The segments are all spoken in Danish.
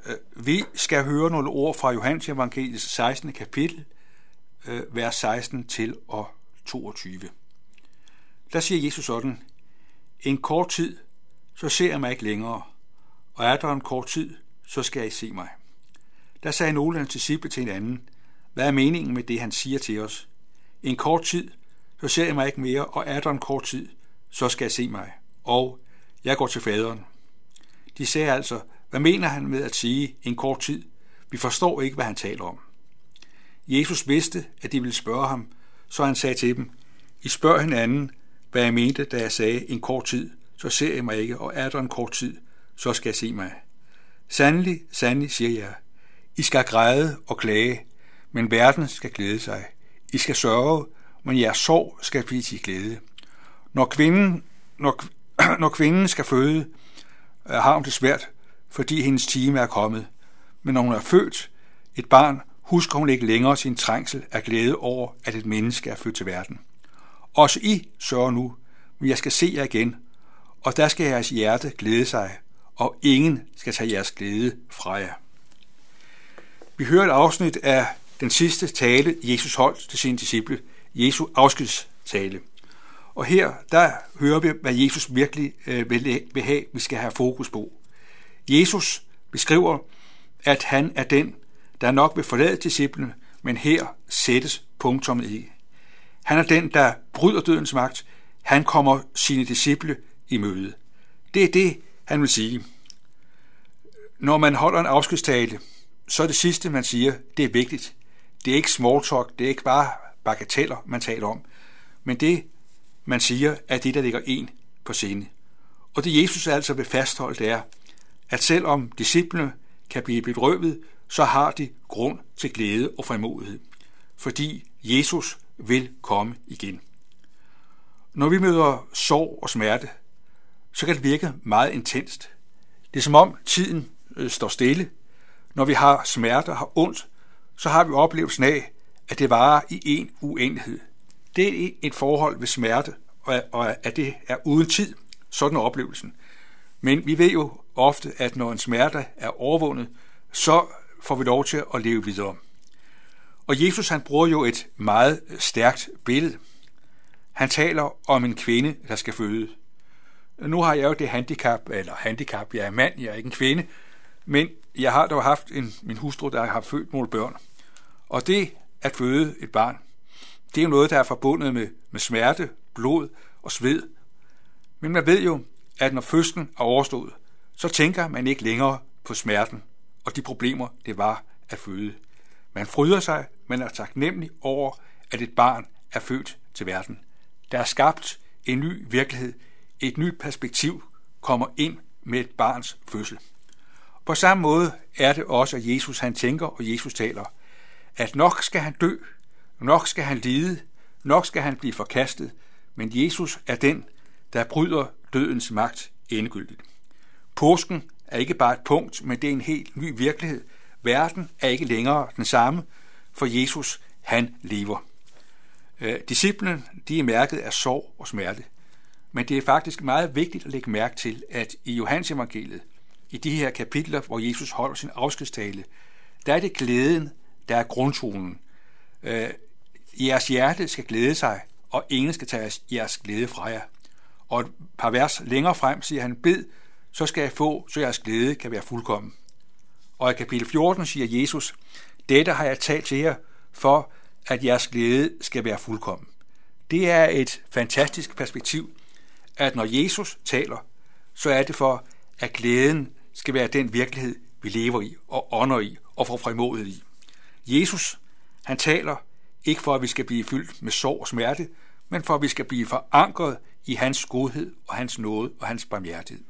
Vi skal høre nogle ord fra Johannes Evangeliets 16. kapitel, vers 16 til og 22. Der siger Jesus sådan: En kort tid, så ser jeg mig ikke længere, og er der en kort tid, så skal I se mig. Der sagde nogle af hans disciple til hinanden: Hvad er meningen med det, han siger til os? En kort tid, så ser jeg mig ikke mere, og er der en kort tid, så skal I se mig, og jeg går til faderen. De sagde altså: Hvad mener han med at sige en kort tid? Vi forstår ikke, hvad han taler om. Jesus vidste, at de ville spørge ham, så han sagde til dem: I spørger hinanden, hvad jeg mente, da jeg sagde en kort tid, så ser jeg mig ikke, og er der en kort tid, så skal jeg se mig. Sandelig, sandelig, siger jeg, I skal græde og klage, men verden skal glæde sig. I skal sørge, men jeres sorg skal blive til glæde. Når kvinden skal føde, har hun det svært, fordi hendes time er kommet. Men når hun er født et barn, husker hun ikke længere sin trængsel af glæde over, at et menneske er født til verden. Også I sørger nu, men jeg skal se jer igen, og der skal jeres hjerte glæde sig, og ingen skal tage jeres glæde fra jer. Vi hører et afsnit af den sidste tale, Jesus holdt til sine disciple, Jesu afskedstale. Og her, der hører vi, hvad Jesus virkelig vil have, vi skal have fokus på. Jesus beskriver, at han er den, der nok vil forlade disciplene, men her sættes punktummet i. Han er den, der bryder dødens magt. Han kommer sine disciple i møde. Det er det, han vil sige. Når man holder en afskedstale, så er det sidste, man siger, det er vigtigt. Det er ikke small talk, det er ikke bare bagateller, man taler om. Men det, man siger, er det, der ligger en på sinde. Og det Jesus altså vil fastholde, det er, at selvom disciplene kan blive bedrøvet, så har de grund til glæde og frimodighed, fordi Jesus vil komme igen. Når vi møder sorg og smerte, så kan det virke meget intenst. Det er som om tiden står stille. Når vi har smerte og har ondt, så har vi oplevelsen af, at det varer i en uendelighed. Det er et forhold ved smerte, og at det er uden tid, sådan er oplevelsen. Men vi ved jo ofte, at når en smerte er overvundet, så får vi lov til at leve videre. Og Jesus, han bruger jo et meget stærkt billede. Han taler om en kvinde, der skal føde. Nu har jeg jo det handicap, jeg er mand, jeg er ikke en kvinde, men jeg har dog haft min hustru, der har født nogle børn. Og det at føde et barn, det er jo noget, der er forbundet med smerte, blod og sved. Men man ved jo, at når fødslen er overstået, så tænker man ikke længere på smerten og de problemer, det var at føde. Man fryder sig, man er taknemmelig over, at et barn er født til verden. Der er skabt en ny virkelighed, et nyt perspektiv kommer ind med et barns fødsel. På samme måde er det også, at Jesus han tænker, og Jesus taler, at nok skal han dø, nok skal han lide, nok skal han blive forkastet, men Jesus er den, der bryder dødens magt endegyldigt. Påsken er ikke bare et punkt, men det er en helt ny virkelighed. Verden er ikke længere den samme, for Jesus, han lever. Disciplene, de er mærket af sorg og smerte, men det er faktisk meget vigtigt at lægge mærke til, at i Johannes Evangeliet, i de her kapitler, hvor Jesus holder sin afskedstale, der er det glæden, der er grundtonen. Jeres hjerte skal glæde sig, og ingen skal tage jeres glæde fra jer. Og et par vers længere frem siger han: Bed, så skal jeg få, så jeres glæde kan være fuldkommen. Og i kapitel 14 siger Jesus: Dette har jeg talt til jer, for at jeres glæde skal være fuldkommen. Det er et fantastisk perspektiv, at når Jesus taler, så er det for, at glæden skal være den virkelighed, vi lever i og ånder i og får frimodighed i. Jesus, han taler ikke for, at vi skal blive fyldt med sorg og smerte, men for, at vi skal blive forankret i hans godhed og hans nåde og hans barmhjertighed.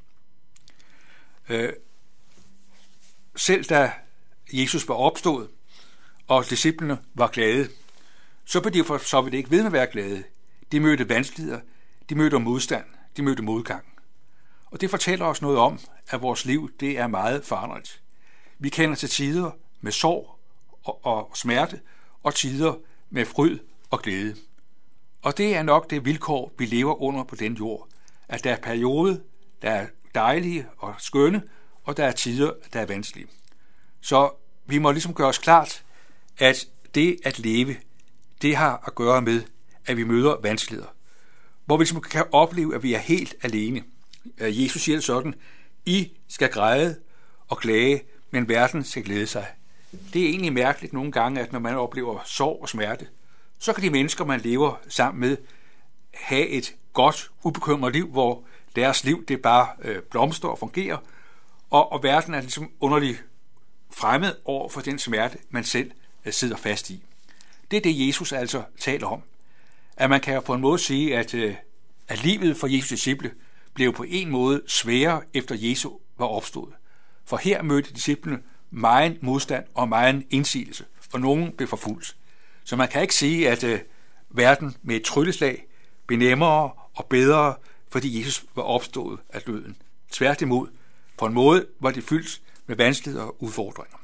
Selv da Jesus var opstået, og disciplene var glade, så blev de for så vidt ikke ved med at være glade. De mødte vanskeligheder, de mødte modstand, de mødte modgang. Og det fortæller os noget om, at vores liv, det er meget forandret. Vi kender til tider med sorg og smerte, og tider med fryd og glæde. Og det er nok det vilkår, vi lever under på den jord, at der er perioder, der er dejlige og skønne, og der er tider, der er vanskelige. Så vi må ligesom gøre os klart, at det at leve, det har at gøre med, at vi møder vanskeligheder. Hvor vi ligesom kan opleve, at vi er helt alene. Jesus siger det sådan, I skal græde og klage, men verden skal glæde sig. Det er egentlig mærkeligt nogle gange, at når man oplever sorg og smerte, så kan de mennesker, man lever sammen med, have et godt, ubekymret liv, hvor deres liv det bare blomster og fungerer, og verden er ligesom underligt fremmed over for den smerte, man selv sidder fast i. Det er det, Jesus altså taler om. At man kan på en måde sige, at livet for Jesus disciple blev på en måde sværere efter Jesus var opstået. For her mødte disciplene megen modstand og megen indsigelse, og nogen blev forfulgt. Så man kan ikke sige, at verden med et trylleslag blev nemmere og bedre, fordi Jesus var opstået af døden. Tværtimod, på en måde var det fyldt med vanskeligheder og udfordringer.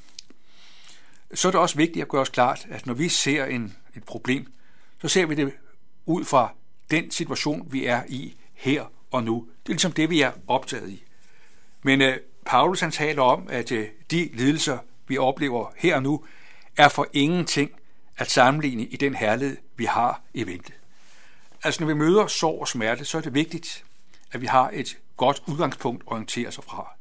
Så er det også vigtigt at gøre os klart, at når vi ser et problem, så ser vi det ud fra den situation, vi er i her og nu. Det er ligesom det, vi er optaget i. Men Paulus han taler om, at de lidelser, vi oplever her og nu, er for ingenting at sammenligne i den herlighed, vi har i vente. Altså når vi møder sorg og smerte, så er det vigtigt, at vi har et godt udgangspunkt at orientere sig fra.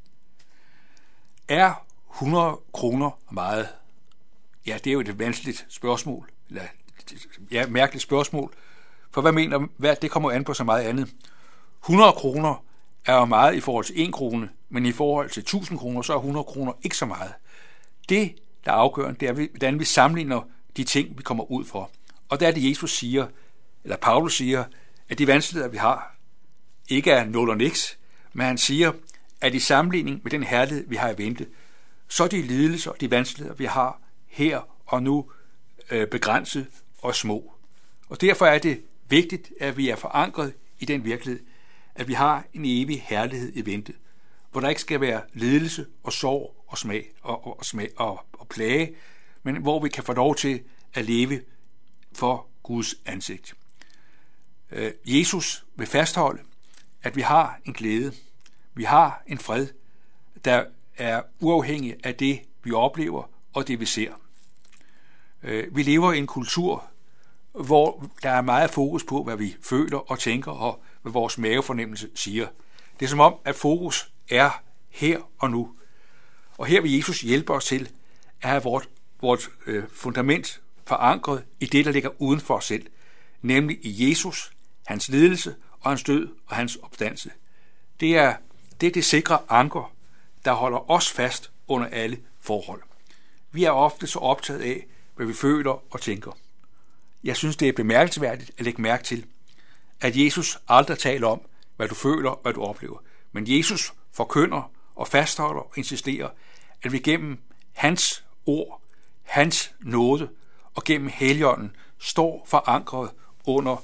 Er 100 kroner meget? Ja, det er jo et vanskeligt spørgsmål. Mærkeligt spørgsmål. For hvad det kommer an på så meget andet. 100 kroner er jo meget i forhold til 1 krone, men i forhold til 1000 kroner, så er 100 kroner ikke så meget. Det, der er afgørende, det er, hvordan vi sammenligner de ting, vi kommer ud fra. Og der er det, Jesus siger, eller Paulus siger, at de vanskeligheder, vi har, ikke er nul og niks, men han siger, at i sammenligning med den herlighed, vi har i vente, så er de lidelser og de vanskeligheder, vi har her og nu, begrænset og små. Og derfor er det vigtigt, at vi er forankret i den virkelighed, at vi har en evig herlighed i vente, hvor der ikke skal være lidelse og sorg og smag og plage, men hvor vi kan få lov til at leve for Guds ansigt. Jesus vil fastholde, at vi har en glæde, vi har en fred, der er uafhængig af det, vi oplever og det, vi ser. Vi lever i en kultur, hvor der er meget fokus på, hvad vi føler og tænker, og hvad vores mavefornemmelse siger. Det er som om, at fokus er her og nu. Og her vil Jesus hjælpe os til at have vores fundament forankret i det, der ligger uden for os selv, nemlig i Jesus, hans lidelse og hans død og hans opstandelse. Det er det sikre anker, der holder os fast under alle forhold. Vi er ofte så optaget af, hvad vi føler og tænker. Jeg synes, det er bemærkelsesværdigt at lægge mærke til, at Jesus aldrig taler om, hvad du føler og hvad du oplever. Men Jesus forkynder og fastholder og insisterer, at vi gennem hans ord, hans nåde og gennem Helligånden står forankret under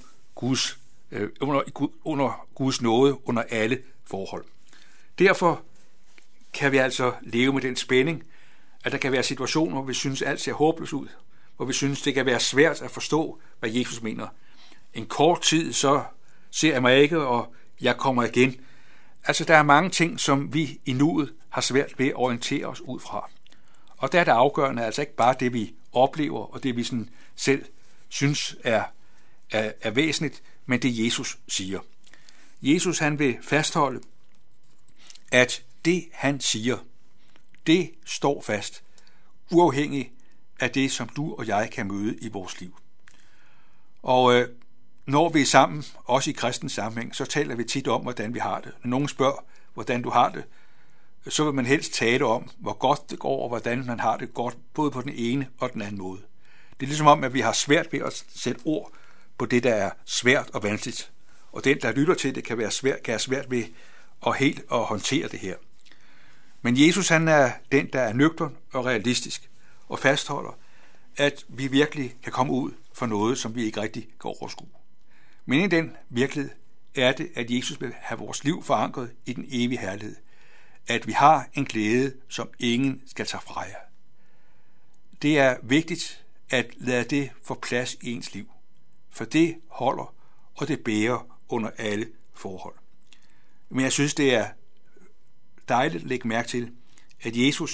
Guds nåde under alle forhold. Derfor kan vi altså leve med den spænding, at der kan være situationer, hvor vi synes, alt ser håbløst ud, hvor vi synes, det kan være svært at forstå, hvad Jesus mener. En kort tid, så ser jeg mig ikke, og jeg kommer igen. Altså, der er mange ting, som vi i nuet har svært ved at orientere os ud fra. Og der er det afgørende altså ikke bare det, vi oplever, og det, vi sådan selv synes er væsentligt, men det Jesus siger. Jesus, han vil fastholde, at det, han siger, det står fast, uafhængig af det, som du og jeg kan møde i vores liv. Og når vi er sammen, også i kristens sammenhæng, så taler vi tit om, hvordan vi har det. Når nogen spørger, hvordan du har det, så vil man helst tale om, hvor godt det går, og hvordan man har det godt, både på den ene og den anden måde. Det er ligesom om, at vi har svært ved at sætte ord på det, der er svært og vanskeligt. Og den, der lytter til det, kan have svært ved at håndtere det her. Men Jesus, han er den, der er nøgtern og realistisk, og fastholder, at vi virkelig kan komme ud for noget, som vi ikke rigtig kan overskue. Men i den virkelighed er det, at Jesus vil have vores liv forankret i den evige herlighed. At vi har en glæde, som ingen skal tage fra jer. Det er vigtigt at lade det få plads i ens liv, for det holder, og det bærer under alle forhold. Men jeg synes, det er dejligt at lægge mærke til, at Jesus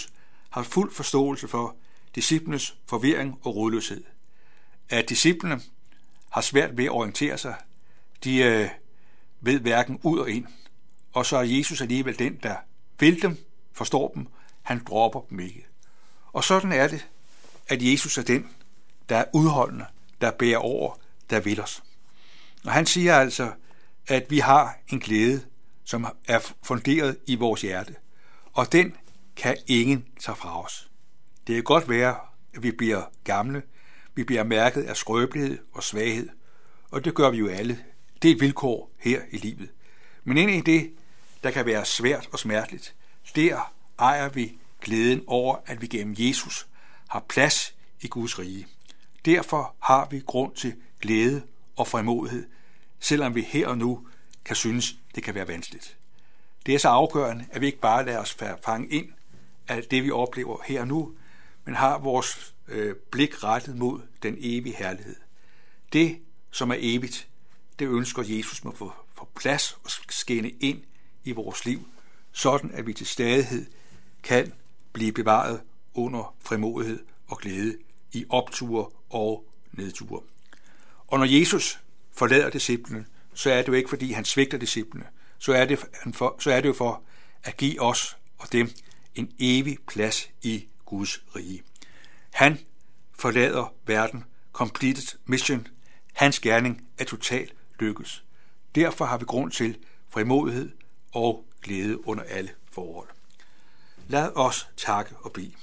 har fuld forståelse for disciplenes forvirring og rodløshed. At disciplene har svært ved at orientere sig, de ved hverken ud og ind, og så er Jesus alligevel den, der vil dem, forstår dem, han dropper dem ikke. Og sådan er det, at Jesus er den, der er udholdende, der bærer over, der vil os. Og han siger altså, at vi har en glæde, som er funderet i vores hjerte, og den kan ingen tage fra os. Det kan godt være, at vi bliver gamle, vi bliver mærket af skrøbelighed og svaghed, og det gør vi jo alle. Det er vilkår her i livet. Men ind i det, der kan være svært og smerteligt, der ejer vi glæden over, at vi gennem Jesus har plads i Guds rige. Derfor har vi grund til glæde og frimodighed, selvom vi her og nu kan synes, det kan være vanskeligt. Det er så afgørende, at vi ikke bare lader os fange ind af det, vi oplever her og nu, men har vores blik rettet mod den evige herlighed. Det, som er evigt, det ønsker Jesus må få plads og skinne ind i vores liv, sådan at vi til stadighed kan blive bevaret under frimodighed og glæde i opture og nedture. Og når Jesus forlader disciplene, så er det jo ikke, fordi han svigter disciplene, så er det jo for at give os og dem en evig plads i Guds rige. Han forlader verden, completed mission. Hans gerning er totalt lykkes. Derfor har vi grund til frimodighed og glæde under alle forhold. Lad os takke og bede.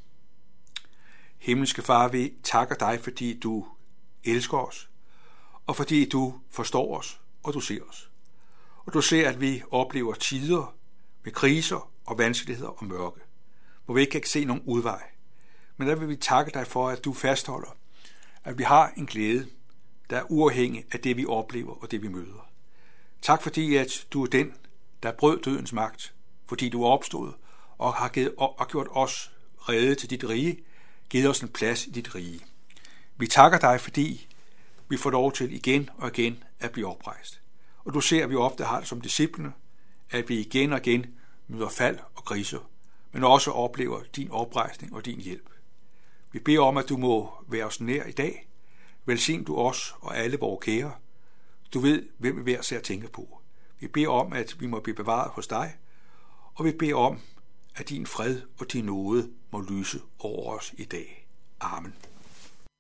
Himmelske Far, vi takker dig, fordi du elsker os, og fordi du forstår os, og du ser os. Og du ser, at vi oplever tider med kriser og vanskeligheder og mørke, hvor vi ikke kan se nogen udvej. Men der vil vi takke dig for, at du fastholder, at vi har en glæde, der er uafhængig af det, vi oplever og det, vi møder. Tak fordi, at du er den, der brød dødens magt, fordi du er opstået og har gjort os rede til dit rige, givet os en plads i dit rige. Vi takker dig, fordi vi får lov til igen og igen at blive oprejst. Og du ser, at vi ofte har det som disciplene, at vi igen og igen møder fald og kriser, men også oplever din oprejsning og din hjælp. Vi beder om, at du må være os nær i dag. Velsign du os og alle vores kære. Du ved, hvem vi hver ser tænke på. Vi beder om, at vi må blive bevaret hos dig, og vi beder om, at din fred og din nåde må lyse over os i dag. Amen.